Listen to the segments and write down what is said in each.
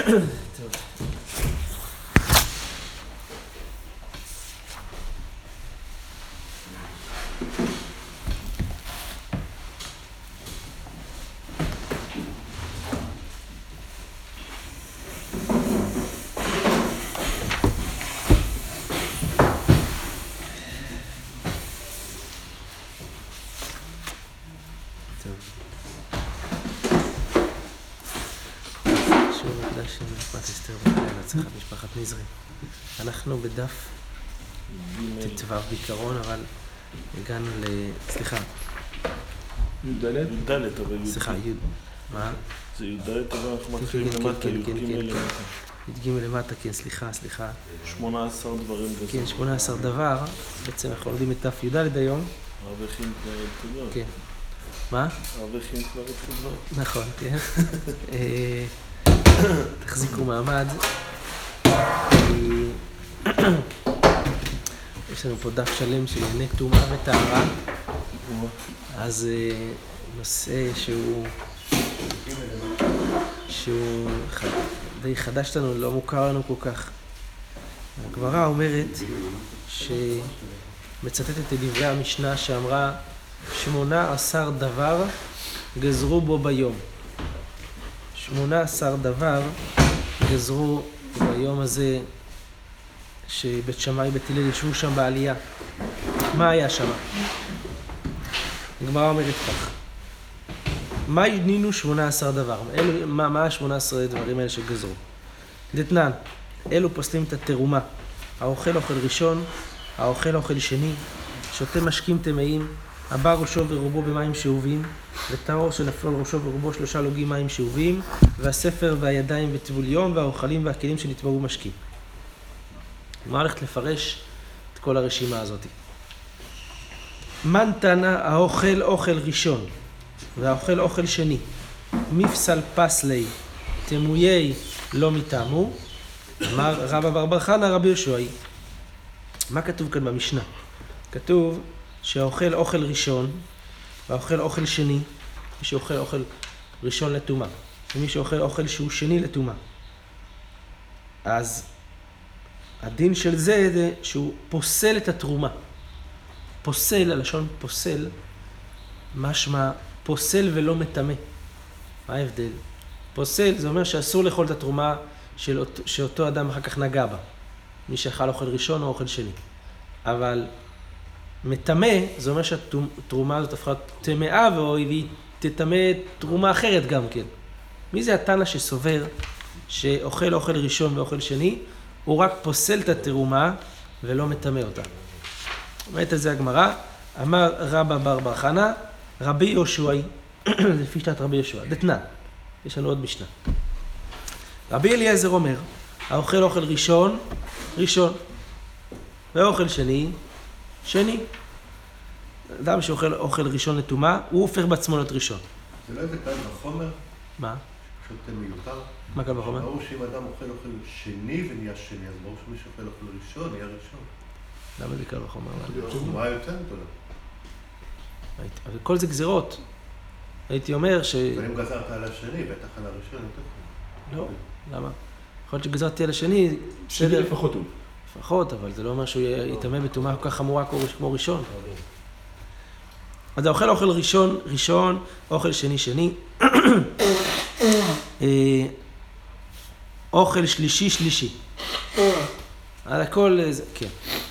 טוב. משפחת נזרי. אנחנו בדף ט"ו בעיקרון, אבל הגענו סליחה. י"ד, אבל סליחה, י' מה? זה י"ד, אבל אנחנו מתחילים למטה, י"ג למטה. י"ג למטה, כן, סליחה. 18 דברים גזרו. כן, 18 דבר. בעצם אנחנו לומדים את ת' י"ד היום. הרבה הכין כבר את כדור. כן. מה? הרבה הכין כבר את כדור. נכון, כן. תחזיקו מעמד. יש לנו פה דף שלם של ענייני כתומה וטהרה. אז נושא שהוא די חדש לנו, לא מוכר לנו כל כך. הגמרא אומרת שמצטטת את דברי המשנה שאמרה 18 דבר גזרו בו ביום. 18 דבר גזרו ביום הזה שבית שמאי ובית הלל ישבו שם בעלייה. מה היה שם? הגמרא אומרת כך: מה ידנינו 18 דבר? מה ה-18 דברים האלה שגזרו? דתנן, אלו פוסלים את התרומה. האוכל אוכל ראשון, האוכל אוכל שני, שותה משקים טמאים, הבא ראשו ורובו במים שאובים, וטהור שנפלו על ראשו ורובו 3 לוגים מים שאובים, והספר והידיים וטבול יום, והאוכלים והכלים שנטמאו משקים. מה הולכת לפרש את כל הרשימה הזאת? מן תנא האוכל אוכל ראשון, והאוכל אוכל שני, מפסל פסלי, תמויי לא מטעמו, אמר רבא בר בר חנא רבי יהושע. מה כתוב כאן במשנה? כתוב שהאוכל אוכל ראשון, והאוכל אוכל שני, מי שאוכל אוכל ראשון לטומאה, ומי שאוכל אוכל שהוא שני לטומאה. אז הדין של זה שהוא פוסל את התרומה. פוסל, הלשון פוסל, משמע פוסל ולא מטמא. מה ההבדל? פוסל זה אומר שאסור לאכול את התרומה שאותו אדם אחר כך נגע בה. מי שאכל אוכל ראשון או אוכל שני. אבל מטמא זה אומר שהתרומה הזאת הפכה טמאה והיא תטמא תרומה אחרת גם כן. מי זה התנא שסובר שאוכל אוכל ראשון ואוכל שני הוא רק פוסל את התרומה ולא מטמא אותה? אומרת על זה הגמרא, אמר רבא בר בר חנא רבי יהושע, לפי שיטת רבי יהושע, דתנן, יש לנו עוד משנה. רבי אליעזר אומר, האוכל אוכל ראשון, ראשון, ואוכל שני, שני. אדם שאוכל אוכל ראשון לטומאה, הוא הופך בעצמו להיות ראשון. זה לא איזה קל בחומר? מה? פשוט מיותר? מה קל בחומר? ברור שאם אדם אוכל אוכל שני ונהיה שני, אז ברור שמי שאוכל אוכל ראשון נהיה ראשון. למה זה קל בחומר? מה יותר גדולה? כל זה גזירות. הייתי אומר ש... ואם גזרת על השני, בטח על הראשון יותר טוב. לא, למה? יכול להיות שגזרתי על השני, שני לפחות הוא. לפחות, אבל זה לא אומר שהוא יטמא בטומאה כל כך חמורה כמו ראשון. אז האוכל אוכל ראשון, ראשון, אוכל שני, שני. אוכל שלישי, שלישי. על הכל, כן.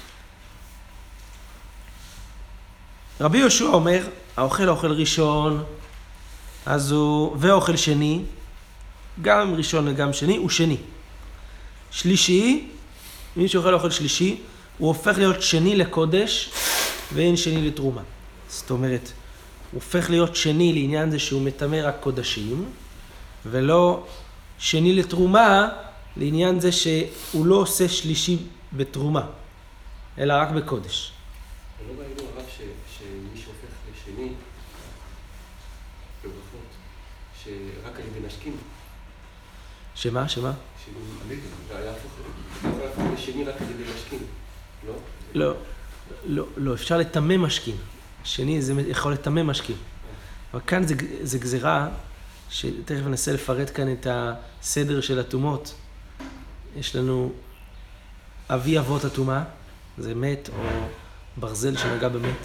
רבי יהושע אומר, האוכל אוכל ראשון, אז הוא, ואוכל שני, גם ראשון וגם שני, הוא שני. שלישי, מי שאוכל אוכל שלישי, הוא הופך להיות שני לקודש, ואין שני לתרומה. זאת אומרת, הוא הופך להיות שני לעניין זה שהוא מטמא רק קודשים, ולא שני לתרומה לעניין זה שהוא לא עושה שלישי בתרומה, אלא רק בקודש. לא ראינו הרב שמי שהופך לשני בברכות, שרק על ידי נשקים. שמה? זה היה הפוך לשני רק על ידי נשקים, לא? לא, אפשר לטמא משקים. שני זה יכול לטמא משקים. אבל כאן זה גזירה שתכף ננסה לפרט כאן את הסדר של הטומאות. יש לנו אבי אבות הטומאה, זה מת או ברזל שנגע במת,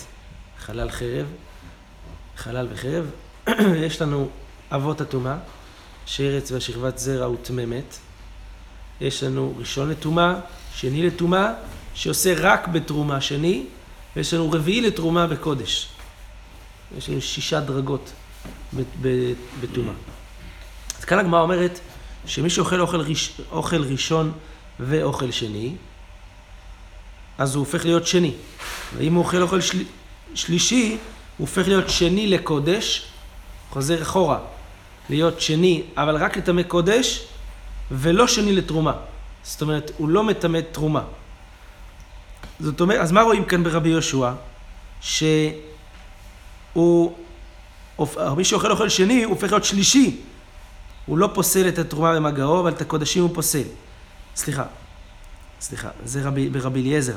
חלל וחרב. יש לנו אבות הטומאה, שרץ והשכבת זרע הוא טמא מת. יש לנו ראשון לטומאה, שני לטומאה, שעושה רק בתרומה שני, ויש לנו רביעי לתרומה בקודש. יש לנו 6 דרגות בטומאה. אז כאן הגמרא אומרת שמי שאוכל אוכל ראשון ואוכל שני, אז הוא הופך להיות שני. ואם הוא אוכל אוכל שלישי, הוא הופך להיות שני לקודש, חוזר אחורה, להיות שני, אבל רק לטמא קודש, ולא שני לתרומה. זאת אומרת, הוא לא מטמא תרומה. זאת אומרת, אז מה רואים כאן ברבי יהושע? מי שאוכל אוכל שני, הוא הופך להיות שלישי. הוא לא פוסל את התרומה במגעו, אבל את הקודשים הוא פוסל. סליחה, זה ברבי אליעזר.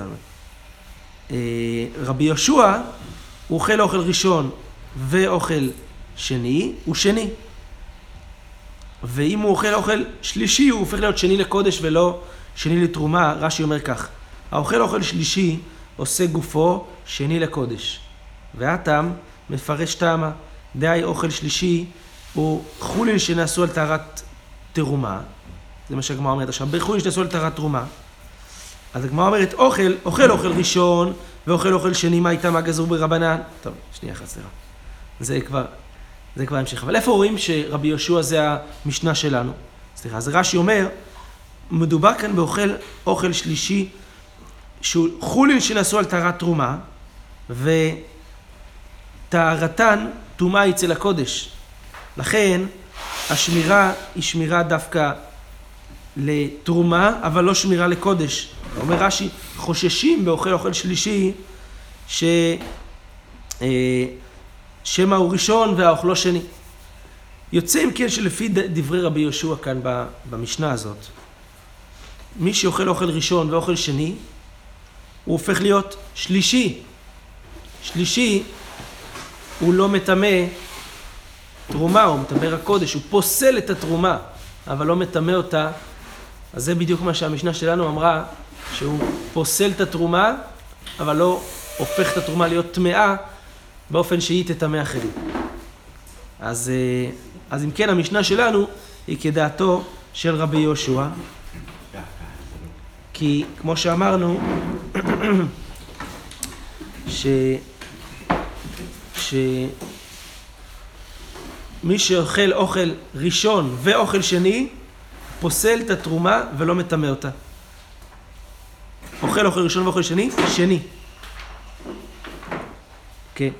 רבי יהושע, הוא אוכל אוכל ראשון ואוכל שני, הוא שני. ואם הוא אוכל אוכל שלישי, הוא הופך להיות שני לקודש ולא שני לתרומה. רש"י אומר כך, האוכל אוכל שלישי עושה גופו שני לקודש. והטעם מפרש טעמה, דהי אוכל שלישי הוא חולין שנעשו על טהרת תרומה. זה מה שהגמרא אומרת עכשיו, בחולין שנעשו על טהרת תרומה. אז הגמרא אומרת, אוכל ראשון ואוכל אוכל שני, מה איתם הגזור ברבנן? טוב, שנייה אחת, סליחה. זה כבר המשך. אבל איפה רואים שרבי יהושע זה המשנה שלנו? סליחה, אז רש"י אומר, מדובר כאן באוכל אוכל שלישי, שהוא חולין שנעשו על טהרת תרומה, וטהרתן טומאה אצל הקודש. לכן, השמירה היא שמירה דווקא לתרומה, אבל לא שמירה לקודש. אומר רש"י, חוששים באוכל אוכל שלישי, שמה הוא ראשון והאוכלו שני. יוצא אם כן שלפי דברי רבי יהושע כאן במשנה הזאת, מי שאוכל אוכל ראשון ואוכל שני, הוא הופך להיות שלישי. שלישי הוא לא מטמא תרומה, הוא מטמא רק קודש, הוא פוסל את התרומה, אבל לא מטמא אותה. אז זה בדיוק מה שהמשנה שלנו אמרה, שהוא פוסל את התרומה, אבל לא הופך את התרומה להיות טמאה, באופן שהיא תטמא אחרים. אז אם כן, המשנה שלנו היא כדעתו של רבי יהושע, כי כמו שאמרנו, מי שאוכל אוכל ראשון ואוכל שני, פוסל את התרומה ולא מטמא אותה. אוכל ראשון ואוכל שני, שני. כן.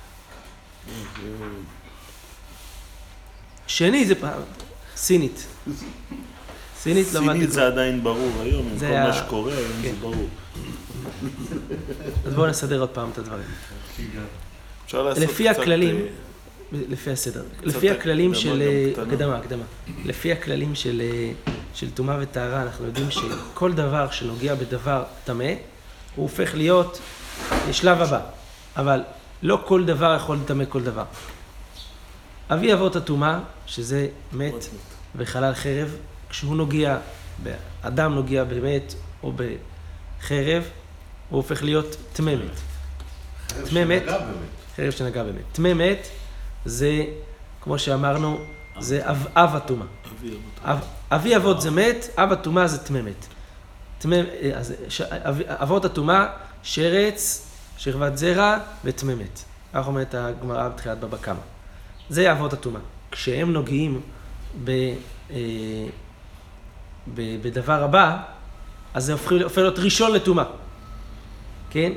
שני זה סינית. סינית זה עדיין ברור היום, עם כל מה שקורה, זה ברור. אז בואו נסדר עוד פעם את הדברים. לפי הכללים, לפי הסדר, לפי הכללים של הקדמה, לפי הכללים של טומאה וטהרה, אנחנו יודעים שכל דבר שנוגע בדבר טמא, הוא הופך להיות שלב הבא, אבל לא כל דבר יכול לטמא כל דבר. אבי אבות הטומאה, שזה מת וחלל חרב, כשהוא נוגע, אדם נוגע במת או בחרב, הוא הופך להיות טמא מת. טמא מת, חרב שנגע במת. טמא מת זה, כמו שאמרנו, זה אב הטומאה. אבי אבות זה מת, אב הטומאה זה טמא מת. אבות הטומאה, שרץ, שכבת זרע וטמא מת. כך אומרת הגמרא בתחילת בבא קמא. זה אבות הטומאה. כשהם נוגעים בדבר הבא, אז זה הופך להיות ראשון לטומאה. כן?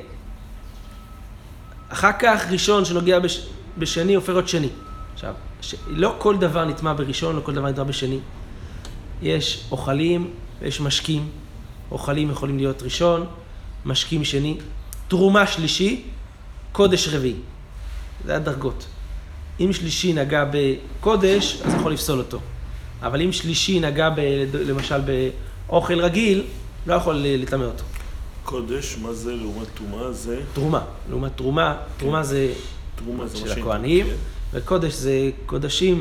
אחר כך ראשון שנוגע בשני הופך להיות שני. עכשיו, לא כל דבר נטמא בראשון, לא כל דבר נטמא בשני. יש אוכלים ויש משקים. אוכלים יכולים להיות ראשון, משקים שני. תרומה שלישי, קודש רביעי. זה הדרגות. אם שלישי נגע בקודש, אז יכול לפסול אותו. אבל אם שלישי נגע למשל באוכל רגיל, לא יכול לטמא אותו. קודש, מה זה לעומת טומאה? זה? תרומה. לעומת תרומה, תרומה זה של הכהנים, וקודש זה קודשים,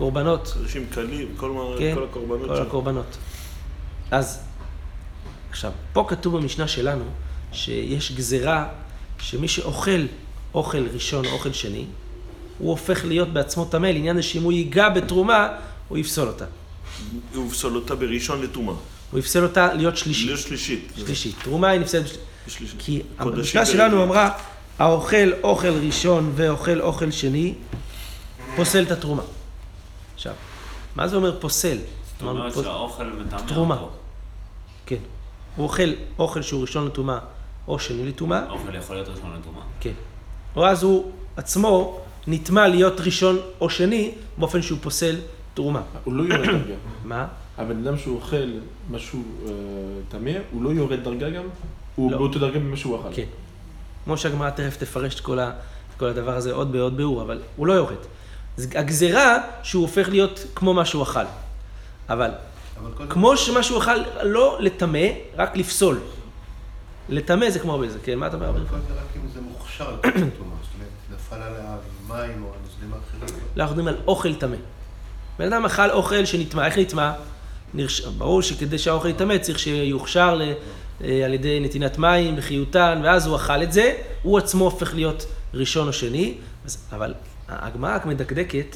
קורבנות. אנשים קלים, כן, כל הקורבנות כל הקורבנות. אז, עכשיו, פה כתוב במשנה שלנו, שיש גזירה שמי שאוכל אוכל ראשון או אוכל שני, הוא הופך להיות בעצמו טמא, לעניין זה שאם הוא ייגע בתרומה, הוא יפסול אותה. הוא יפסול אותה בראשון לתרומה. הוא יפסל אותה להיות שלישית. להיות שלישית. שלישית. תרומה היא נפסלת בשלישית. כי המשנה שלנו אמרה, האוכל אוכל ראשון ואוכל אוכל שני, פוסל את התרומה. עכשיו, מה זה אומר פוסל? זאת אומרת שהאוכל מטמא אותו. תרומה. כן. הוא אוכל אוכל שהוא ראשון לתרומה או שני לתרומה. האוכל יכול להיות ראשון לתרומה. כן. או אז הוא עצמו נטמע להיות ראשון או שני, באופן שהוא פוסל תרומה. הוא לא יורד דרגה. מה? הבן אדם שהוא אוכל משהו טמא, הוא לא יורד דרגה גם? הוא לא. באותו דרגה ממה שהוא אכל. כן. כמו שהגמרא תכף תפרש את כל הדבר הזה עוד בעוד ביאור, אבל הוא לא יורד. הגזירה שהוא הופך להיות כמו מה שהוא אכל. אבל כמו שמה שהוא אכל לא לטמא, רק לפסול. לטמא זה כמו בזה, כן? מה אתה אומר? אבל כל זה רק אם זה מוכשר על כל תרומה, זאת אומרת, נפל עליו מים או הנוזלים האחרים. לא, אנחנו מדברים על אוכל טמא. בן אדם אכל אוכל שנטמא, איך נטמא? ברור שכדי שהאוכל יטמא צריך שיוכשר על ידי נתינת מים בחיותן, ואז הוא אכל את זה, הוא עצמו הופך להיות ראשון או שני, אבל הגמרא רק מדקדקת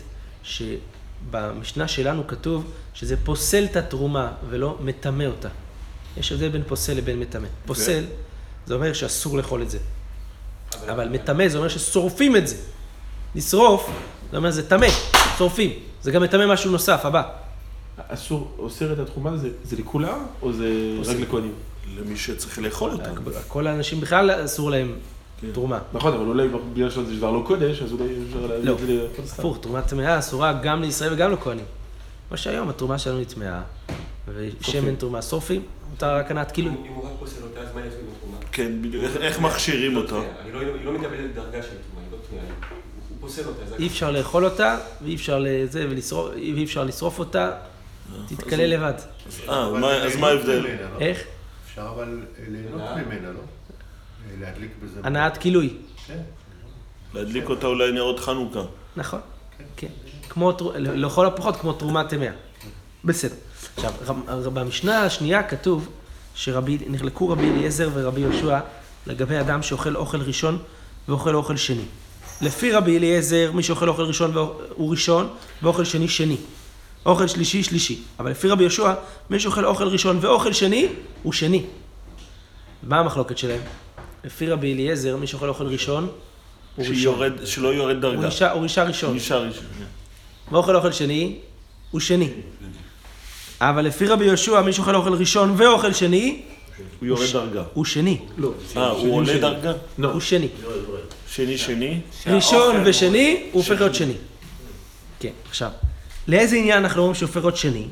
שבמשנה שלנו כתוב שזה פוסל את התרומה ולא מטמא אותה. יש הבדל בין פוסל לבין מטמא. פוסל זה אומר שאסור לאכול את זה, אבל מטמא זה אומר ששורפים את זה. לשרוף זה אומר זה טמא, שורפים. זה גם מטמא משהו נוסף, הבא. אסור, אוסר את התחומה, זה לכולם או זה רק לכהנים? למי שצריך לאכול אותה. כל האנשים בכלל אסור להם תרומה. נכון, אבל אולי בגלל שזה דבר לא קודש, אז אולי אפשר להביא את זה לכל סתם. הפוך, תרומה טמאה אסורה גם לישראל וגם לכהנים. כמו שהיום התרומה שלנו היא טמאה, ושמן תרומה שורפים, מותר רק הנעת כאילו. אם הוא רק פוסל אותה, אז מה יעשו עם התרומה? כן, בדיוק. איך מכשירים אותה? היא לא מקבלת דרגה של תרומה, היא לא טמאה. הוא פוסל אותה. אי אפשר לאכול אותה, ואי אפשר לשרוף אותה, תתקלה לבד. אז מה ההבדל? איך? אפשר אבל ליהנות ממנה, לא? להדליק בזה. הנעת גילוי. כן. להדליק אותה אולי נרות חנוכה. נכון, כן. לכל הפחות כמו תרומה טמאה. בסדר. עכשיו, במשנה השנייה כתוב שנחלקו רבי אליעזר ורבי יהושע לגבי אדם שאוכל אוכל ראשון ואוכל אוכל שני. לפי רבי אליעזר, מי שאוכל אוכל ראשון הוא ראשון ואוכל שני שני. אוכל שלישי שלישי. אבל לפי רבי יהושע, מי שאוכל אוכל ראשון ואוכל שני הוא שני. מה המחלוקת שלהם? לפי רבי אליעזר, מי שאוכל אוכל ראשון הוא ראשון. שלא יורד דרגה. הוא רישה ראשון. רישה ראשון. ואוכל אוכל שני הוא שני. אבל לפי רבי יהושע, מי שאוכל אוכל ראשון ואוכל שני הוא יורד דרגה. הוא שני. לא. הוא עולה דרגה? הוא שני. שני? ראשון ושני הוא הופך להיות שני. כן, עכשיו. לאיזה עניין אנחנו אומרים שהוא הופך להיות שני?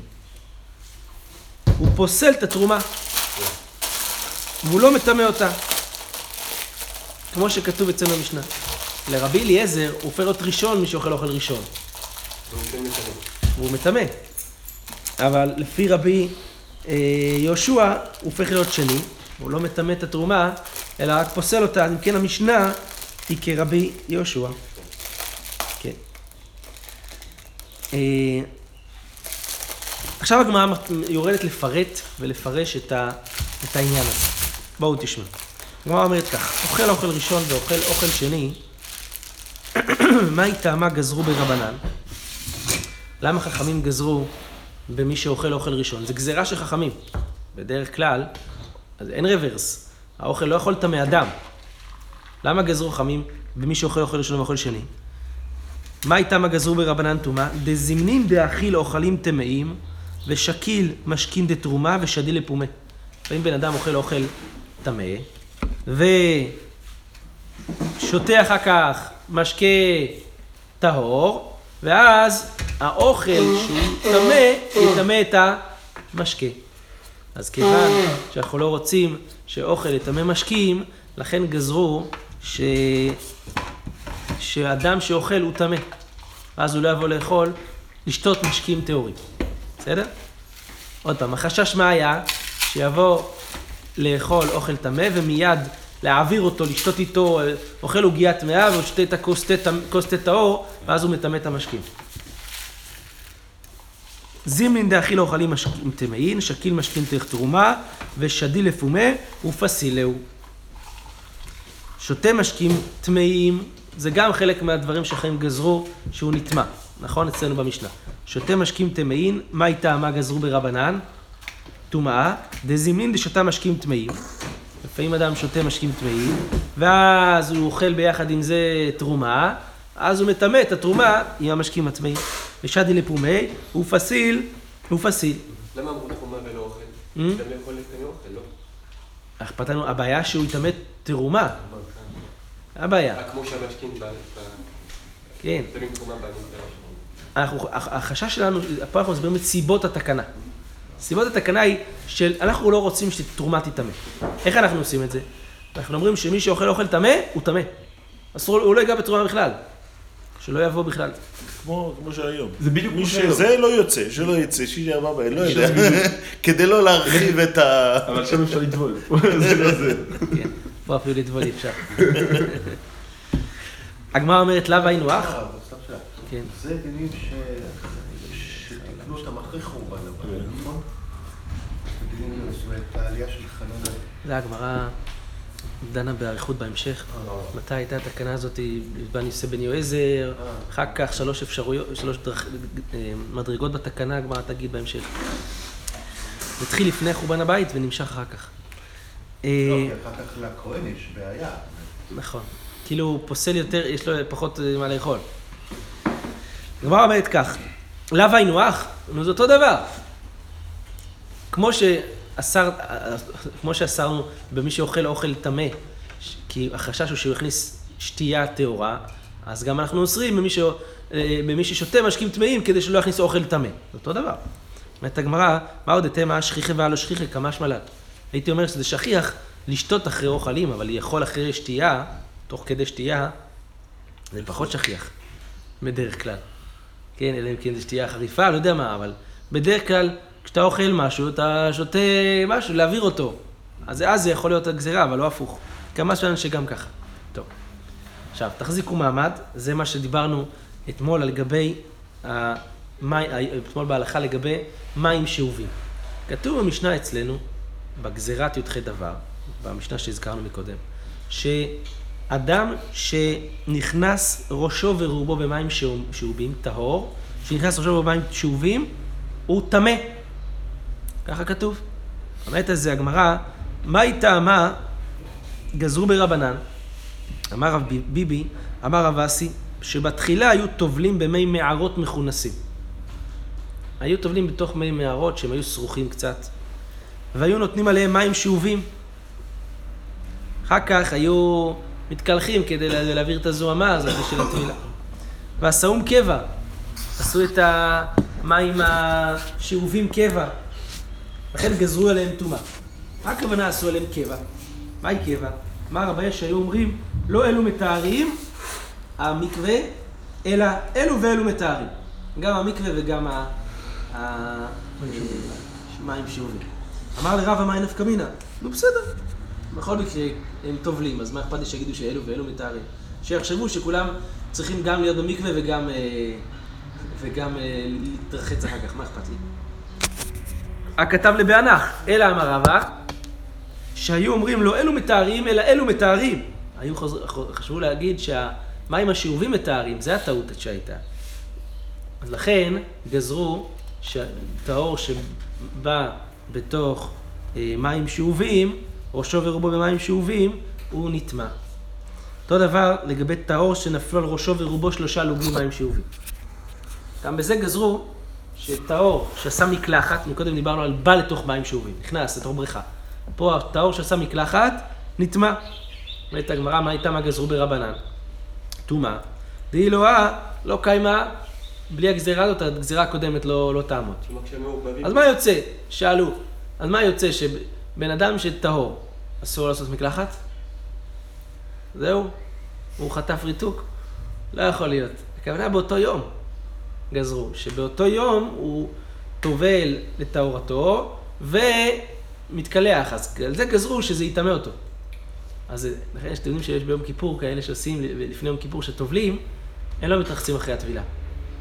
הוא פוסל את התרומה. והוא לא מטמא אותה. כמו שכתוב אצלנו במשנה. לרבי אליעזר הוא הופך להיות ראשון מי שאוכל אוכל ראשון. והוא מטמא. אבל לפי רבי יהושע הוא הופך להיות שני. הוא לא מטמא את התרומה, אלא רק פוסל אותה. אם כן המשנה היא כרבי יהושע. כן. עכשיו הגמרא יורדת לפרט ולפרש את העניין הזה. בואו תשמעו. הגמרא אומרת כך, אוכל אוכל ראשון ואוכל אוכל שני, מה טעמה גזרו ברבנן? למה חכמים גזרו במי שאוכל אוכל ראשון? זה גזירה של חכמים. בדרך כלל, אז אין רוורס. האוכל לא יכול לטמא אדם. למה גזרו חכמים במי שאוכל אוכל ראשון ואוכל שני? מה איתם הגזרו ברבנן תומה? דזמנין דאכיל אוכלים טמאים, ושקיל משכין דתרומה ושדיל לפומה. ואם בן אדם אוכל טמא, ושותה אחר כך משקה טהור, ואז האוכל שהוא טמא, יטמא את המשקה. אז כיוון שאנחנו לא רוצים שאוכל יטמא משקים, לכן גזרו שאדם שאוכל הוא טמא. אז הוא לא יבוא לאכול, לשתות משקים טהורים. בסדר? עוד פעם, החשש מה היה? שיבוא לאכול אוכל טמא ומיד להעביר אותו, לשתות איתו, אוכל עוגיה טמאה והוא שותה את הכוס תה טהור, ואז הוא מטמא את המשקים. זימלין דאכיל אוכלים משקים טמאין, שקיל משכין תך תרומה, ושדי לפומה ופסילהו. שותה משקים טמאים, זה גם חלק מהדברים שחיים גזרו שהוא נטמע, נכון? אצלנו במשנה. שותה משקים טמאים, מה איתה מה גזרו ברבנן? טומאה, דזימלין דשותה משקים טמאים. לפעמים אדם שותה משקים טמאים, ואז הוא אוכל ביחד עם זה תרומה, אז הוא מטמא את התרומה עם המשקים הטמאים. ושדי לפומי, הוא פסיל. למה אמרו תרומה ולא אוכל? גם יכול לקנות אוכל, לא? אכפת לנו, הבעיה שהוא יטמא תרומה. הבעיה. כמו שהמשקים כן. תמים תרומה בעלים. החשש שלנו, פה אנחנו מסבירים את סיבות התקנה. סיבות התקנה היא של, אנחנו לא רוצים שתרומה תטמא. איך אנחנו עושים את זה? אנחנו אומרים שמי שאוכל אוכל טמא, הוא טמא. אסור, הוא לא ייגע בתרומה בכלל. שלא יבוא בכלל. כמו שהיום. זה בדיוק כמו שהיום. זה לא יוצא, שלא יצא, שיהיה הבא, לא יודע. כדי לא להרחיב את ה... אבל שם אפשר לטבול. זה לא זה. כן, פה אפילו לטבול אי אפשר. הגמרא אומרת, לאו היינו אח? סתם שאלה. כן. זה דינים שתקנו אותם אחרי חורבן הבא, נכון? דינים, זאת אומרת, העלייה של חנן. זה הגמרא דנה באריכות בהמשך. מתי הייתה התקנה הזאת, בניסי בן יועזר, אחר כך שלוש מדרגות בתקנה, הגמרא תגיד בהמשך. זה התחיל לפני חורבן הבית ונמשך אחר כך. לא, אחר כך לכהן יש בעיה. נכון. כאילו הוא פוסל יותר, יש לו פחות מה לאכול. הגמרא אומרת כך, לאו היינו אח? נו, זה אותו דבר. כמו שאסרנו במי שאוכל אוכל טמא, כי החשש הוא שהוא יכניס שתייה טהורה, אז גם אנחנו אוסרים במי ששותה משקים טמאים כדי שלא יכניס אוכל טמא. זה אותו דבר. אומרת הגמרא, מה עוד אתם שכיחה והלא שכיחה, כמה שמלת. הייתי אומר שזה שכיח לשתות אחרי אוכלים, אבל לאכול אחרי שתייה, תוך כדי שתייה, זה פחות שכיח, בדרך כלל. כן, אלא אם כן זה שתייה חריפה, לא יודע מה, אבל בדרך כלל, כשאתה אוכל משהו, אתה שותה משהו, להעביר אותו. אז זה יכול להיות הגזירה, אבל לא הפוך. כמה שלנו שגם ככה. טוב. עכשיו, תחזיקו מעמד, זה מה שדיברנו אתמול לגבי, אתמול בהלכה לגבי מים שאובים. כתוב במשנה אצלנו, בגזירת י"ח דבר, במשנה שהזכרנו מקודם, שאדם שנכנס ראשו ורובו במים שאובים, טהור, שנכנס ראשו במים שאובים, הוא טמא. ככה כתוב. אומרת על זה הגמרא, מה הייתה מה גזרו ברבנן? אמר רב ביבי, אמר רב אסי, שבתחילה היו טובלים במי מערות מכונסים. היו טובלים בתוך מי מערות שהם היו סרוכים קצת, והיו נותנים עליהם מים שאובים. אחר כך היו מתקלחים כדי להעביר את הזוהמה הזאת של הטבילה. ועשאום קבע, עשו את המים השאובים קבע, לכן גזרו עליהם טומאה. מה הכוונה עשו עליהם קבע? מהי קבע? מה רבי שהיו אומרים, לא אלו מתארים המקווה, אלא אלו ואלו מתארים. גם המקווה וגם מים שאובים. אמר לרב המים נפקא מינה, נו בסדר. בכל מקרה הם טובלים, אז מה אכפת לי שיגידו שאלו ואלו מתארים? שיחשבו שכולם צריכים גם להיות במקווה וגם להתרחץ אחר כך, מה אכפת לי? הכתב לבענך, אלא אמר רבא, שהיו אומרים לא אלו מתארים, אלא אלו מתארים. חשבו להגיד שהמים השאובים מתארים, זה הטעות שהייתה. אז לכן גזרו שטהור שבא בתוך מים שאובים, ראשו ורובו במים שאובים, הוא נטמע. אותו דבר לגבי טהור שנפלו על ראשו ורובו 3 לוגים מים שאובים. גם בזה גזרו שטהור שעשה מקלחת, מקודם דיברנו על בא לתוך מים שאובים, נכנס לתוך בריכה. פה הטהור שעשה מקלחת, נטמע. אומרת הגמרא, מה הייתה מה גזרו ברבנן? טומאה. דהי לא קיימה, בלי הגזירה הזאת, הגזירה הקודמת לא תעמוד. אז מה יוצא? שאלו. אז מה יוצא שבן אדם שטהור אסור לעשות מקלחת? זהו, הוא חטף ריתוק? לא יכול להיות. הכוונה באותו יום גזרו, שבאותו יום הוא טובל לטהורתו ומתקלח, אז על זה גזרו שזה יטמא אותו. אז לכן יש תאונים שיש ביום כיפור כאלה שעושים לפני יום כיפור שטובלים, הם לא מתרחצים אחרי הטבילה.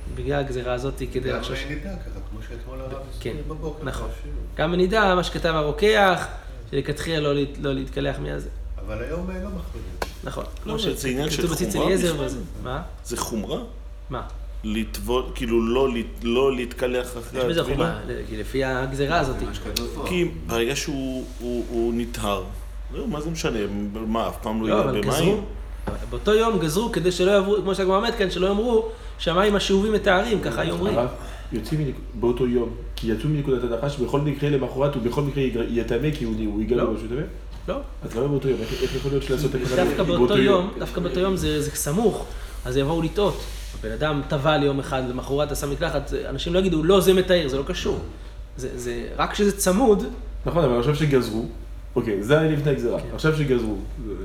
בגלל הגזירה הזאת כדי גם לחשוש. נדע ככה, כמו שאתמול הרב כן, הסביר בבוקר. נכון. בשיעור. גם בנידה, מה שכתב הרוקח, שלכתחילה לא להתקלח מזה. אבל היום לא מחרידים. נכון. לא, כמו זה עניין של שכתוב בציץ חומרה אליעזר בכלל. וזה. מה? זה חומרה? מה? לטבול, כאילו לא להתקלח אחרי יש בזה הטבילה? חומה, לפי הגזירה הזאת. כי ברגע שהוא נטהר, זהו, מה זה משנה? מה, אף פעם לא לא, יהיה אבל במים? גזרו, באותו יום גזרו כדי שלא יעברו, כמו שהגמרא אומרת כאן, שלא יאמרו שהמים השאובים מטהרים, ככה היא אומרים. הרב, יוצאים באותו יום, כי יצאו מנקודת הנחה שבכל מקרה למחרת הוא בכל מקרה יטמא כי הוא יגע לא. במשהו טמא? לא. אז למה באותו יום? איך יכול להיות שלעשות תקנה דווקא באותו יום זה סמוך, אז יבואו לטעות. הבן אדם טבל יום אחד, למחרת עשה מקלחת, אנשים לא יגידו, לא, זה מטהר, זה לא קשור. זה רק כשזה צמוד, נכון, אבל עכשיו שגזרו, אוקיי, זה היה לפני הגזרה, כן. עכשיו שגזרו,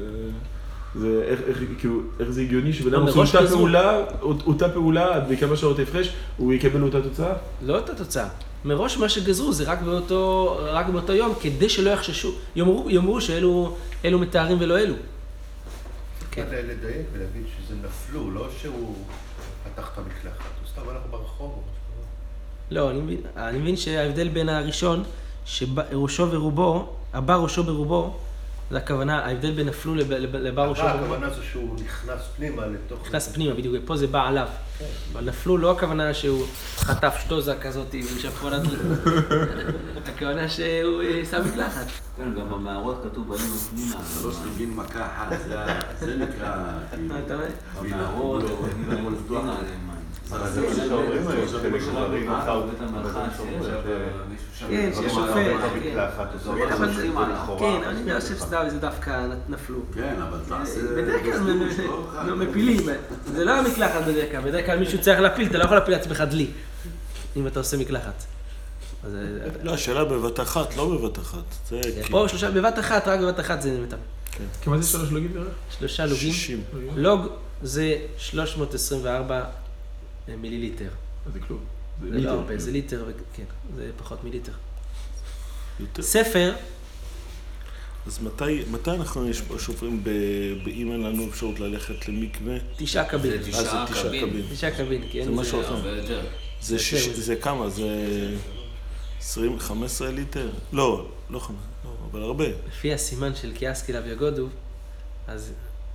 איך זה הגיוני שבן אדם לא, עושה מראש גזרו. אותה פעולה, בכמה שעות הפרש, הוא יקבל אותה תוצאה? לא אותה תוצאה. מראש מה שגזרו זה רק באותו יום, כדי שלא יחששו. יאמרו שאלו מטהרים ולא אלו. כן. כן. לדייק ולהגיד שזה נפלו, לא שהוא פתח את המקלחת, הוא סתם הלך ברחוב או משהו. לא, אני מבין שההבדל בין הראשון, שראשו ורובו, הבא ראשו ברובו, זה הכוונה, ההבדל בין נפלו לבא ראשו ברובו. הכוונה זה שהוא נכנס פנימה לתוך... נכנס פנימה, בדיוק, פה זה בא עליו. אבל נפלו לא הכוונה שהוא חטף שטוזה כזאת ושפכו על הדלי. הכוונה שהוא שם מקלחת. כן, גם במערות כתוב באים פנימה. 3 ריבים מכה אחת, זה נקרא... מה אתה אומר? במערות, באים פנימה עליהם. זה מה שאומרים היום, זה משוררים אחר. בית המלאכה שישב מישהו שם. כן, שיש שופט. כן, אבל זה... לכאורה. כן, אני יודע שצדב זה דווקא נפלו. כן, אבל תעשה... בדרך כלל מפילים, זה לא המקלחת בדרך כלל מישהו צריך להפיל, אתה לא יכול להפיל לעצמך דלי, אם אתה עושה מקלחת. לא, השאלה בבת אחת, לא בבת אחת. זה פה שלושה, בבת אחת, רק בבת אחת זה מטמא. כמה זה 3 לוגים בערך? 3 לוגים. 60. לוג זה 324 מיליליטר. זה כלום. זה לא הרבה, זה ליטר, כן, זה פחות מליטר. יותר. ספר, אז מתי אנחנו שופרים, אם אין לנו אפשרות ללכת למקווה? 9 קבין. זה אז זה 9 קבין. 9 קבין, כן. זה משהו אחר. הרבה יותר. זה כמה? זה 20, 15 ליטר? לא 15, לא, אבל הרבה. לפי הסימן של קיאסקי לב יגודו, אז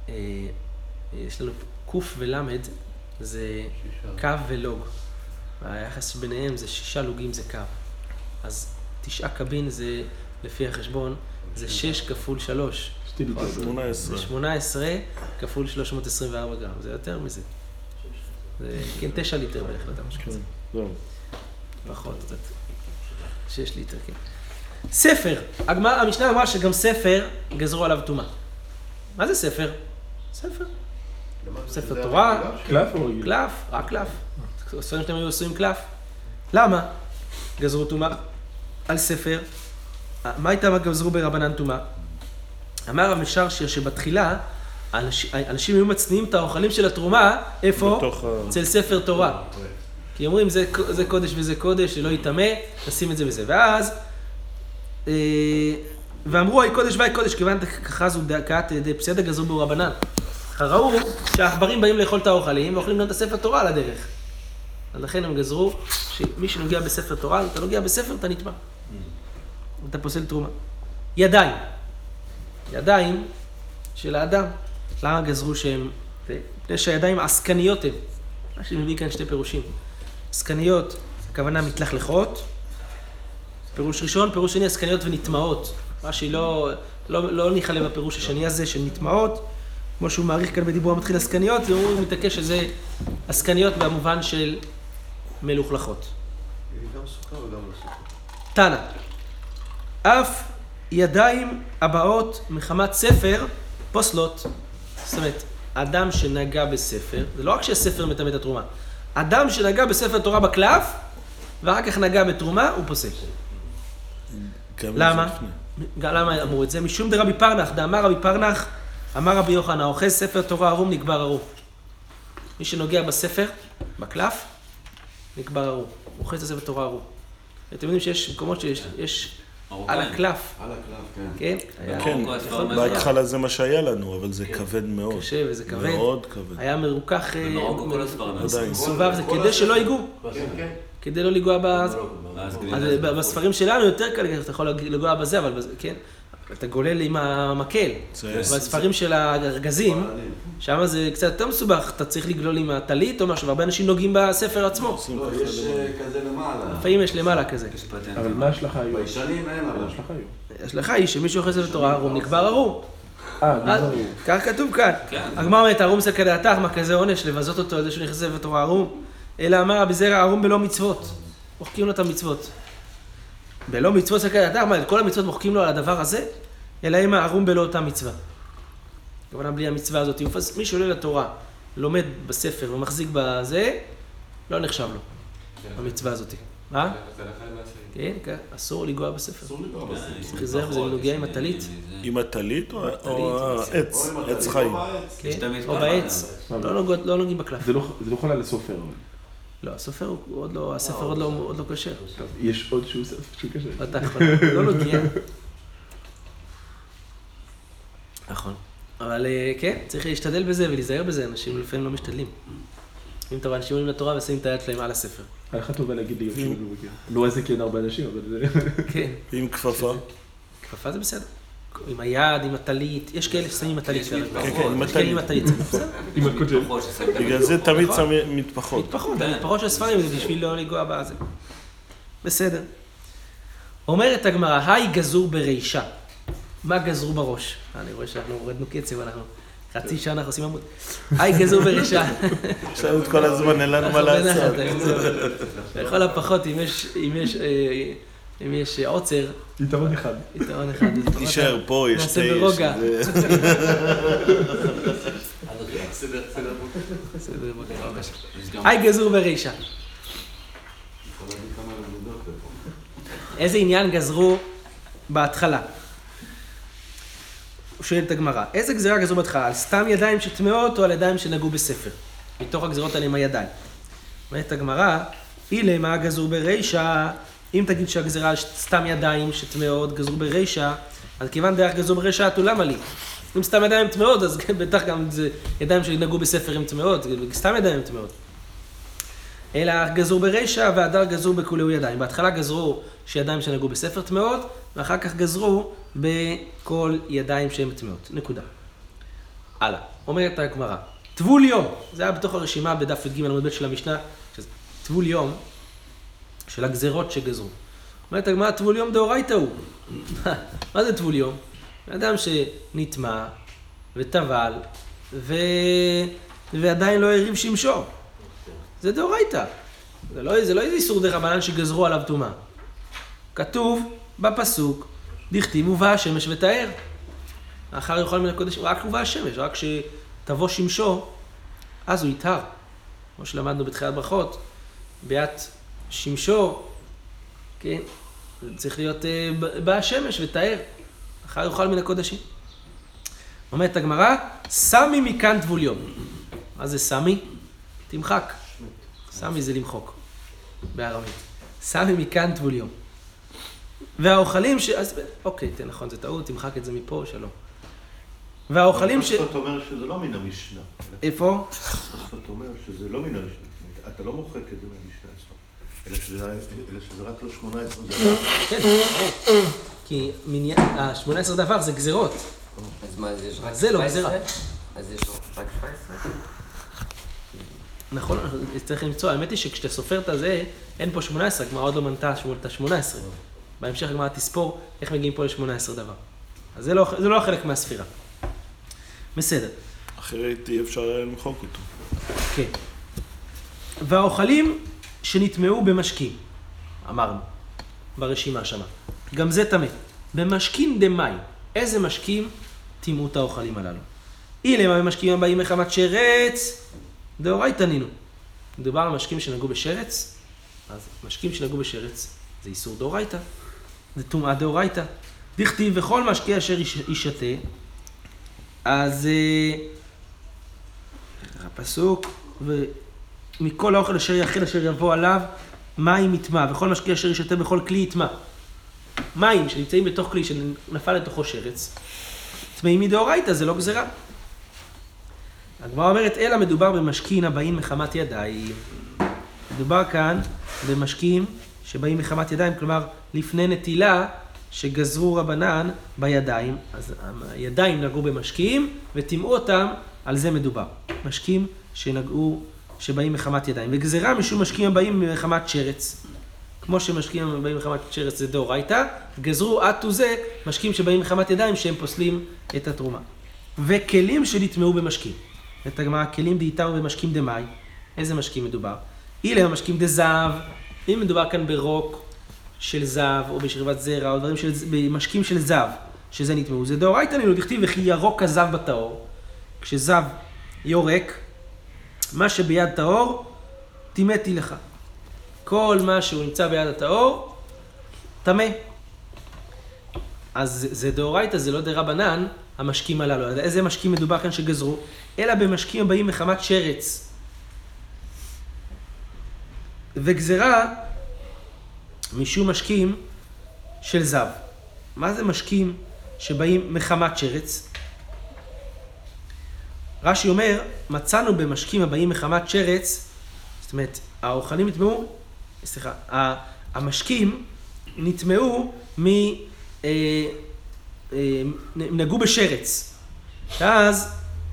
יש לנו קוף ולמד, זה קו ולוג. היחס ביניהם זה 6 לוגים זה קו. אז 9 קבין זה, לפי החשבון, זה 6 כפול 3. 18. זה 18 כפול 324 גרם, זה יותר מזה. זה כן 9 ליטר בערך, לא יודע משהו כזה. זהו. פחות, קצת. 6 ליטר, כן. ספר, המשנה אמרה שגם ספר גזרו עליו טומאה. מה זה ספר? ספר. ספר תורה, קלף או רגיל? קלף, רק קלף. הספרים שאתם היו עשויים קלף. למה גזרו טומאה על ספר? מה הייתה גזרו ברבנן טומאה? אמר רב משרשיר שבתחילה אנשים היו מצניעים את האוכלים של התרומה, איפה? אצל ספר תורה. כי אומרים זה קודש וזה קודש, שלא יטמא, נשים את זה וזה. ואז, ואמרו אי קודש ואי קודש, כיוון ככה זו דקת פסיידא גזרו ברבנן. ראו שהעכברים באים לאכול את האוכלים ואוכלים גם את הספר תורה על הדרך. אז לכן הם גזרו שמי שנוגע בספר תורה, אם אתה נוגע בספר אתה נטמא. אתה פוסל תרומה. ידיים של האדם. למה גזרו שהם? מפני שהידיים עסקניות הם. מה שמביא כאן 2 פירושים. עסקניות, הכוונה מתלכלכות. פירוש ראשון, פירוש שני, עסקניות ונטמעות. מה שהיא לא ניחלה בפירוש השני הזה של נטמעות. כמו שהוא מעריך כאן בדיבור המתחיל עסקניות, הוא מתעקש שזה עסקניות במובן של מלוכלכות. גם סוכר וגם לא סוכר. תנא, אף ידיים הבאות מחמת ספר פוסלות. זאת אומרת, אדם שנגע בספר, זה לא רק שהספר מטמא את התרומה, אדם שנגע בספר תורה בקלף, ואחר כך נגע בתרומה, הוא פוסל. למה? למה אמרו את זה? משום דרבי פרנח, דאמר רבי פרנח, אמר רבי יוחנן, האוחז ספר תורה ערום נקבר ערום. מי שנוגע בספר, בקלף, נקבר ערום. הוא אוחז את הספר תורה ערום. אתם יודעים שיש מקומות שיש על הקלף, על הקלף, כן. כן? היה- כן, בהתחלה זה מה שהיה לנו, אבל זה כבד מאוד. קשה וזה כבד. מאוד כבד. היה מרוכך, במרוקו כל הספרים. עדיין. מסובב, זה כדי שלא ייגעו, כן, כן. כדי לא לגוע אז אז בספרים שלנו יותר קל, אתה יכול לגוע בזה, אבל כן, אתה גולל עם המקל. זה- בספרים של הארגזים, שם זה קצת יותר מסובך, אתה צריך לגלול עם הטלית או משהו, והרבה אנשים נוגעים בספר עצמו. עושים לא, ככה יש למעלה. כזה למעלה. לפעמים יש למעלה כזה. אבל מה ההשלכה היום? בישנים אין, אבל... ההשלכה היום. ההשלכה היא שמישהו אוחז את התורה ערום, נקבר ערום. ברור. כך כתוב כאן. הגמרא אומרת, ערום זה כדעתך, מה כזה עונש, לבזות אותו על זה שהוא נכנס לתורה ערום. אלא אמר רבי זרע, ערום בלא מצוות. מוחקים לו את המצוות. בלא מצוות זה כדעתך, מה, את כל המצוות מוחקים לו על הדבר הזה? אלא אם הערום בלא אותה מצווה. הכוונה בלי המצווה הזאת. מי שעולה לתורה, לומד בספר ומחזיק בזה, לא נחשב לו, במצווה הזאת. מה? זה הלכה למעשה. כן, כן, אסור לגוע בספר. אסור לגוע בספר. צריך להיזהר בזה בנוגע עם הטלית. עם הטלית או הטלית, העץ? או עם עץ הטלית, חיים. או בעץ. כן, יש תמיד או ככה. בעץ. לא נוגעים בקלף. זה לא חולה לסופר. אבל. לא, הספר הוא עוד לא, הספר עוד לא כשר. טוב, יש עוד שהוא קשה. אתה יכול, לא נוגע. נכון. אבל כן, צריך להשתדל בזה ולהיזהר בזה, אנשים לפעמים לא משתדלים. אם אתה רואה אנשים עולים לתורה ושמים את היד שלהם על הספר. הלכה טובה להגיד לי, לא איזה כן הרבה אנשים, אבל זה... כן. עם כפפה. כפפה זה בסדר. עם היד, עם הטלית, יש כאלה ששמים עם הטלית. כן, כן, עם יש כאלה עם הטלית. הטלית. בסדר. עם הקודש. בגלל זה תמיד שמים מטפחות. מטפחות, המטפחות של הספרים זה בשביל לא לגוע בזה. בסדר. אומרת הגמרא, היי גזור ברישה. מה גזרו בראש? אני רואה שאנחנו הורדנו קצב, אנחנו חצי שעה אנחנו עושים עמוד. היי גזור ברישה. עכשיו את כל הזמן אין לנו מה לעשות. לכל הפחות, אם יש עוצר, יתרון אחד. יתרון אחד. תישאר פה, יש נעשה תה, יש... ברוגע. זה- בסדר, בבקשה. היי גזור ברישה. יכול להגיד כמה נקודות לפה. איזה עניין גזרו בהתחלה? שואלת הגמרא, איזה גזירה גזרו בהתחלה? על סתם ידיים שטמאות או על ידיים שנגעו בספר? מתוך הגזירות האלה עם הידיים. אומרת הגמרא, אילה מה גזרו ברישה? אם תגיד שהגזירה על סתם ידיים שטמאות גזרו ברישה, אז כיוון דרך גזרו ברישה, תו למה לי? אם סתם ידיים טמאות, אז בטח גם זה ידיים שנגעו בספר הם טמאות, סתם ידיים טמאות. אלא גזרו ברישה והדר גזרו בכולהו ידיים. בהתחלה גזרו שידיים שנגעו בספר טמאות, ואחר כך גזרו בכל ידיים שהן טמאות. נקודה. הלאה. אומרת הגמרא, טבול יום. זה היה בתוך הרשימה בדף י"ג עמוד ב' של המשנה, שזה טבול יום של הגזרות שגזרו. אומרת הגמרא, טבול יום דאורייתא הוא. מה זה טבול יום? אדם שנטמע וטבל ועדיין לא הריב שמשו. זה דאורייתא. זה לא איזה איסור דרבנן שגזרו עליו טומאה. כתוב בפסוק, דכתיב ובא השמש ותאר. אחר יאכל מן הקודש, רק ובא השמש, רק שתבוא שמשו, אז הוא יטהר. כמו שלמדנו בתחילת ברכות, ביאת שמשו, כן, צריך להיות בא השמש ותאר. אחר יאכל מן הקודשים. אומרת הגמרא, סמי מכאן טבול יום. מה זה סמי? תמחק. סמי זה למחוק, בארמית. סמי מכאן טבול יום. והאוכלים אוקיי, נכון, זה טעות, תמחק את זה מפה, שלום. והאוכלים התוספות אומר שזה לא מן המשנה. איפה? התוספות אומר שזה לא מן המשנה. אתה לא מוחק את זה מהמשנה עצמה. אלא שזה רק לא 18 דבר. כן, כי 18 דבר זה גזירות. אז מה, אז יש רק זה לא 17? גזירה. אז יש רק 17? נכון, צריך למצוא, האמת היא שכשאתה סופר את זה, אין פה 18, הגמרא עוד לא מנתה את 18. בהמשך הגמרא תספור איך מגיעים פה ל-18 דבר. אז זה לא חלק מהספירה. בסדר. אחרת אי אפשר למחוק אותו. כן. והאוכלים שנטמעו במשקים, אמרנו, ברשימה שמה. גם זה טמא. במשקים דמאי. איזה משקים טימאו את האוכלים הללו? אילמה במשקים הבאים מחמת שרץ, דאורייתא נינו. מדובר על משקים שנגעו בשרץ, אז משקים שנגעו בשרץ זה איסור דאורייתא, זה טומאה דאורייתא. דכתיב וכל משקה אשר ישתה, אז הפסוק, ומכל האוכל אשר יאכל אשר יבוא עליו, מים יטמא, וכל משקה אשר ישתה בכל כלי יטמא. מים שנמצאים בתוך כלי שנפל לתוכו שרץ, טמאים מדאורייתא, זה לא גזירה. הגמרא אומרת, אלא מדובר במשקין הבאים מחמת ידיים. מדובר כאן במשקים שבאים מחמת ידיים, כלומר לפני נטילה שגזרו רבנן בידיים. אז הידיים נגעו במשקים וטימאו אותם, על זה מדובר. משקים שבאים מחמת ידיים. וגזירה משום משקים הבאים מחמת שרץ. כמו שמשקים הבאים מחמת שרץ זה דאורייתא, גזרו עד זה משקים שבאים מחמת ידיים שהם פוסלים את התרומה. וכלים שנטמאו במשקים. את הגמרא, כלים דאיתרו במשקים דמאי. איזה משקים מדובר? אלה המשקים דזהב, אם מדובר כאן ברוק של זהב או בשכבת זרע או דברים במשקים של זהב, שזה נטמאו. זה דאורייתא לנו דכתיב וכי ירוק הזהב בטהור. כשזהב יורק, מה שביד טהור, טימאתי לך. כל מה שהוא נמצא ביד הטהור, טמא. אז זה דאורייתא, זה לא דרבנן, המשקים הללו. איזה משקים מדובר כאן שגזרו? אלא במשקים הבאים מחמת שרץ. וגזרה משום משקים של זב. מה זה משקים שבאים מחמת שרץ? רש"י אומר, מצאנו במשקים הבאים מחמת שרץ, זאת אומרת, האוכלים נטמאו, המשקים נטמאו נגעו בשרץ. ואז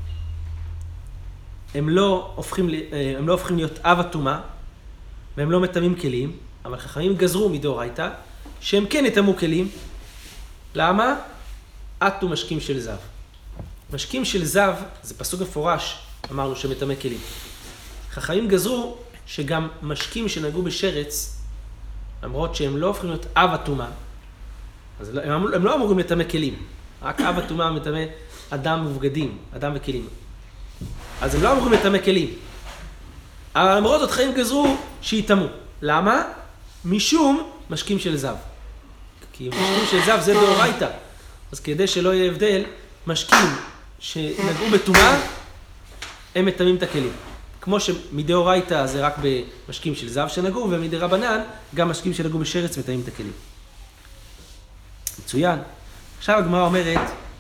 הם לא הופכים להיות אב הטומאה, והם לא מטמאים כלים, אבל חכמים גזרו מדאורייתא, שהם כן יטמאו כלים. למה? עטו משקים של זב. משקים של זב, זה פסוק מפורש, אמרנו שמטמא כלים. חכמים גזרו שגם משקים שנגעו בשרץ, למרות שהם לא הופכים להיות אב הטומאה, אז הם לא אמורים לטמא כלים. רק אב הטומאה מטמא אדם ובגדים, אדם וכלים. אז הם לא אמורים לטמא כלים. אבל למרות זאת חכמים גזרו שיטמאו. למה? משום משקים של זב. כי משקים של זב זה דאורייתא. אז כדי שלא יהיה הבדל, משקים שנגעו בטומאה, הם מטמאים את הכלים. כמו שמדאורייתא זה רק במשקים של זב שנגעו, ומדרבנן גם משקים שנגעו בשרץ מטמאים את הכלים. מצוין. עכשיו הגמרא אומרת...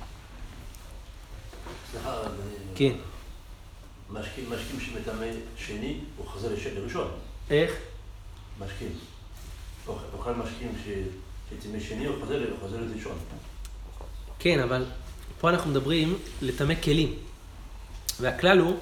סליחה, כן. משקים שמטמא שני, הוא חוזר לראשון. איך? משקים. אוכל משקים שטמא שני, הוא חוזר לראשון. כן, אבל פה אנחנו מדברים לטמא כלים. והכלל הוא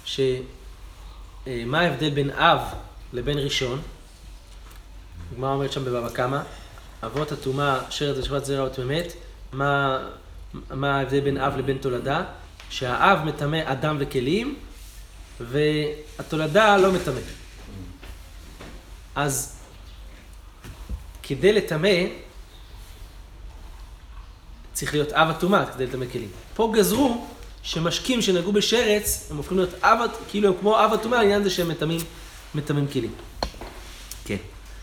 מה ההבדל בין אב לבין ראשון? הגמרא אומרת שם בבבא קמא, אבות הטומאה, שרץ ושכבת זרע וטמאת, מה ההבדל בין אב לבין תולדה? שהאב מטמא אדם וכלים, והתולדה לא מטמא. אז כדי לטמא, צריך להיות אב הטומאה כדי לטמא כלים. פה גזרו שמשקים שנגעו בשרץ, הם הופכים להיות כאילו הם כמו אב הטומאה, העניין זה שהם מטמאים כלים. כן.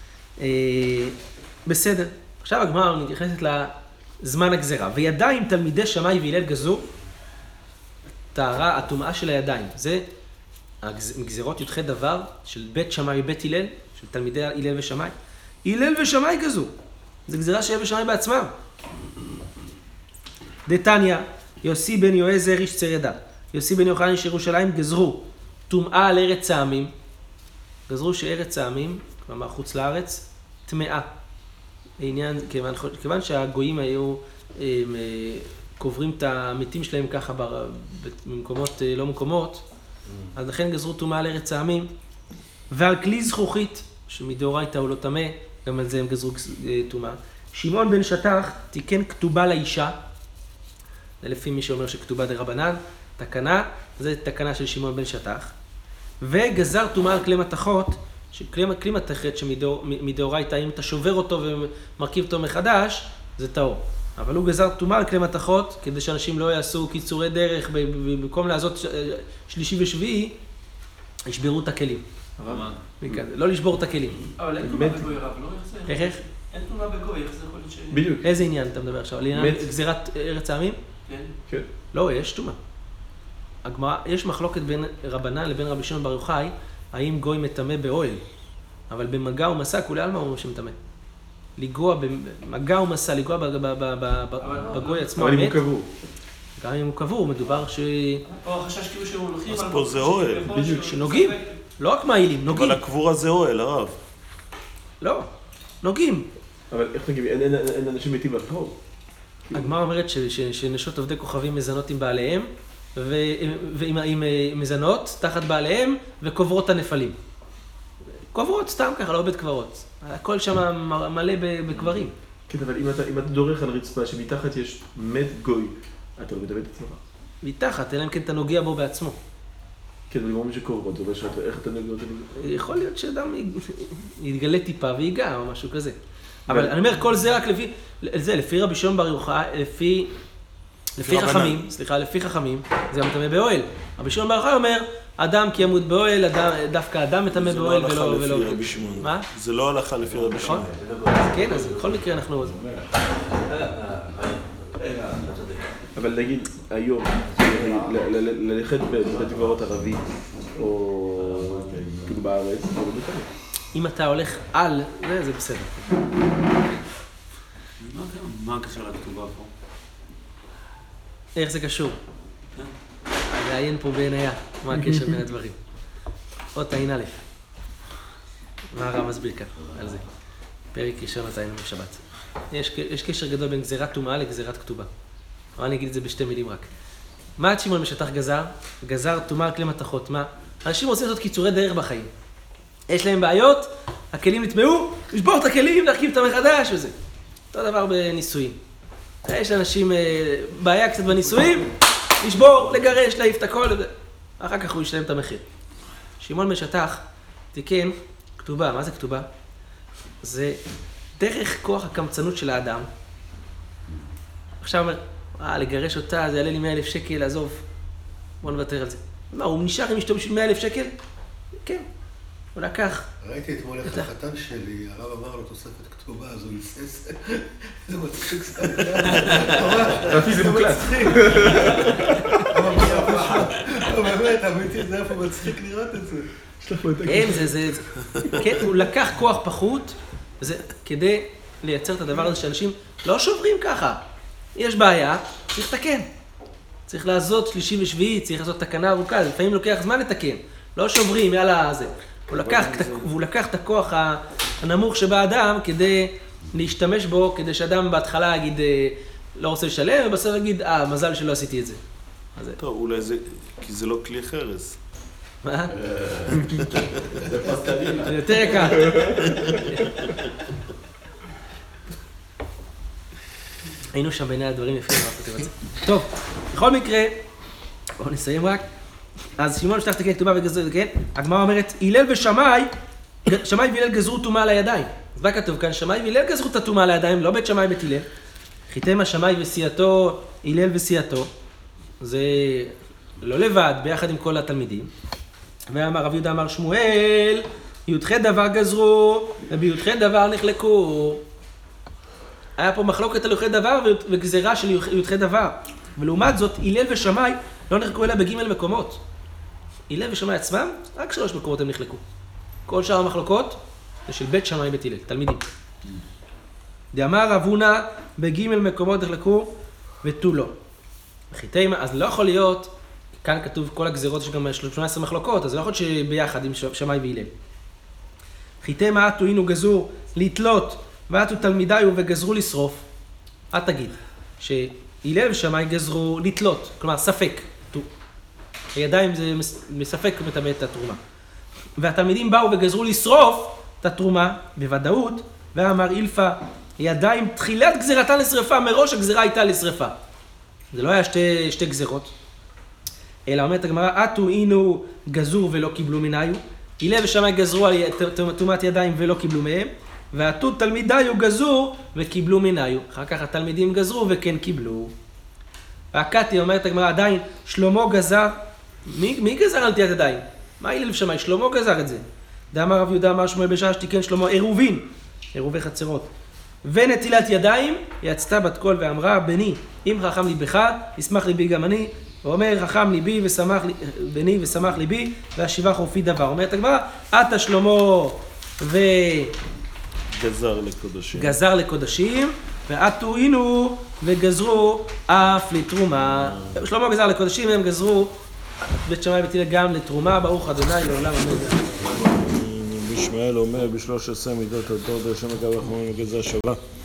בסדר. עכשיו הגמרא מתייחסת לזמן הגזרה. וידיים תלמידי שמאי והלל גזרו, טהרה, הטומאה של הידיים. זה מגזרות י"ח דבר של בית שמאי ובית הלל, של תלמידי הלל ושמאי. הלל ושמאי גזרו. זה גזרה שהלל ושמאי בעצמם. דתניא, יוסי בן יועזר איש צרדה, יוסי בן יוחנן איש ירושלים גזרו טומאה על ארץ העמים. גזרו שארץ העמים, כלומר חוץ לארץ, טמאה. העניין, כיוון שהגויים היו קוברים את המתים שלהם ככה במקומות לא מקומות, אז לכן גזרו טומאה על ארץ העמים. ועל כלי זכוכית, שמדאורייתא הוא לא טמא, גם על זה הם גזרו טומאה. שמעון בן שטח תיקן כתובה לאישה, זה לפי מי שאומר שכתובה דרבנן, תקנה, זה תקנה של שמעון בן שטח. וגזר טומאה על כלי מתכות, כלי מתכת שמדאורייתא, אם אתה שובר אותו ומרכיב אותו מחדש, זה טהור. אבל הוא גזר טומאה על כלי מתכות, כדי שאנשים לא יעשו קיצורי דרך, במקום לעשות שלישי ושביעי, ישברו את הכלים. לא לשבור את הכלים. אבל אין טומאה בגוי רב, לא? איך? אין טומאה בגוי, איך זה יכול להיות ש... בדיוק. איזה עניין אתה מדבר עכשיו? גזירת ארץ העמים? כן. לא, יש טומאה. יש מחלוקת בין רבנן לבין רבי שמעון בר יוחאי, האם גוי מטמא באוהל, אבל במגע ומשא כולי עלמא אומרים שמטמא. לגוע במגע ומסע, לגוע בגוי עצמו. אבל אם הוא המת. קבור. גם אם הוא קבור, מדובר פה החשש כאילו שהוא הולכים... אז פה זה אוהל. בדיוק, שנוגעים. לא רק מעילים, נוגעים. אבל הקבורה זה אוהל, הרב. לא, נוגעים. אבל איך נגיד, אין אנשים מתים לחפור? הגמרא אומרת שנשות עובדי כוכבים מזנות עם בעליהם, ועם מזנות תחת בעליהם, וקוברות הנפלים. קוברות סתם ככה, לא בית קברות. הכל שם מלא בקברים. כן, אבל אם אתה דורך על רצפה שמתחת יש מת גוי, אתה לא מדבר את עצמך. מתחת, אלא אם כן אתה נוגע בו בעצמו. כן, אבל אם אומרים שקוברות, זה אומר איך אתה נוגע אותו? יכול להיות שאדם יתגלה טיפה ויגע או משהו כזה. אבל אני אומר, כל זה רק לפי רבי שמעון בר יוחאי, לפי חכמים, לפי חכמים, זה גם מטמא באוהל. רבי שמעון בר יוחאי אומר, אדם כי ימות באוהל, דווקא אדם מטמא באוהל ולא... זה לא הלכה לפי רבי שמעון. מה? זה לא הלכה לפי רבי שמעון. כן, אז בכל מקרה אנחנו... אבל נגיד, היום, ללכת בבית קברות ערבי, או כאילו בארץ, או בבית. אם אתה הולך על, זה בסדר. מה הקשר לכתובה פה? איך זה קשור? לעיין פה בעינייה, מה הקשר בין הדברים. עוד תעין א', מה הרב מסביר כאן על זה? פרק ראשון התעין בשבת. יש קשר גדול בין גזירת טומאה לגזירת כתובה. אבל אני אגיד את זה בשתי מילים רק. מה שמעון משטח גזר? גזר טומאה על כלי מתכות. מה? אנשים רוצים לעשות קיצורי דרך בחיים. יש להם בעיות, הכלים נטמעו, לשבור את הכלים, להרכיב אותם מחדש וזה. אותו דבר בנישואים. יש לאנשים בעיה קצת בנישואים, לשבור, לגרש, להעיף את הכל, אחר כך הוא ישלם את המחיר. שמעון משטח תיקן כתובה. מה זה כתובה? זה דרך כוח הקמצנות של האדם. עכשיו אומר, לגרש אותה, זה יעלה לי 100,000 שקל, עזוב, בוא נוותר על זה. מה, הוא נשאר עם אשתו בשביל 100,000 שקל? כן, הוא לקח. ראיתי אתמול איך החתן שלי, הרב אמר לו תוספת כתובה, אז הוא היסס, זה מצחיק סתם. רפי זה מוקלט. באמת, אמיתי, זה איפה מצחיק לראות את זה. כן, כן, הוא לקח כוח פחות, כדי לייצר את הדבר הזה שאנשים לא שוברים ככה. יש בעיה, צריך לתקן. צריך לעשות שלישי ושביעי, צריך לעשות תקנה ארוכה, לפעמים לוקח זמן לתקן. לא שוברים, יאללה, זה. והוא לקח את הכוח הנמוך שבאדם כדי להשתמש בו, כדי שאדם בהתחלה יגיד, לא רוצה לשלם, ובסוף יגיד, מזל שלא עשיתי את זה. טוב, אולי זה, כי זה לא כלי חרס. מה? זה יותר יקר. היינו שם בעיני הדברים יפים, מה כותב את זה. טוב, בכל מקרה, בואו נסיים רק. אז שמעון משטח תקן כתובה וגזרו, כן? הגמרא אומרת, הלל ושמאי, שמאי והלל גזרו טומאה על הידיים. אז מה כתוב כאן? שמאי והלל גזרו את הטומאה על הידיים, לא בית שמאי בית הלל. חיתם שמאי וסיעתו, הלל וסיעתו. זה לא לבד, ביחד עם כל התלמידים. ואמר רב יהודה אמר שמואל, י"ח דבר גזרו, ובי"ח דבר נחלקו. היה פה מחלוקת על י"ח דבר וגזירה של י"ח דבר. ולעומת זאת, הלל ושמאי לא נחלקו אלא בג' מקומות. הלל ושמאי עצמם, רק 3 מקומות הם נחלקו. כל שאר המחלוקות זה של בית שמאי בית הלל, תלמידים. דאמר רב הונא בג' מקומות נחלקו ותו לא. אז לא יכול להיות, כאן כתוב כל הגזירות, יש גם 18 מחלוקות, אז לא יכול להיות שביחד עם שמאי והלל. חיתמה אתו אינו גזור לתלות, ואתו תלמידיו וגזרו לשרוף. את תגיד שהלל ושמאי גזרו לתלות, כלומר ספק. הידיים זה מספק מטמא את התרומה. והתלמידים באו וגזרו לשרוף את התרומה בוודאות, ואמר אילפא, ידיים תחילת גזירתן לשרפה, מראש הגזירה הייתה לשרפה. זה לא היה שתי גזירות. אלא אומרת הגמרא, אתו אינו גזור ולא קיבלו מניו, הלל ושמאי גזרו על תרומת ידיים ולא קיבלו מהם, ואתו תלמידיו גזרו וקיבלו מניו. אחר כך התלמידים גזרו וכן קיבלו. והקטי אומרת הגמרא, עדיין שלמה גזר, מי גזר על נטילת ידיים? מה הלל ושמאי? שלמה גזר את זה. דאמר רב יהודה אמר שמואל בשעה שתיקן שלמה עירובי חצרות. ונטילת ידיים, יצתה בת קול ואמרה, בני, אם חכם ליבך, ישמח ליבי גם אני. ואומר, חכם ליבי ושמח בני ושמח ליבי, והשיבה חורפי דבר. אומרת הגמרא, עתה שלמה גזר לקודשים. גזר לקודשים, ועטו אינו וגזרו אף לתרומה. שלמה גזר לקודשים, הם גזרו בית שמאי ובית הלל גם לתרומה, ברוך ה' לעולם אמן. ישמעאל אומר ב13 מידות הדור דרשם אגב החמורים וגזר שווה.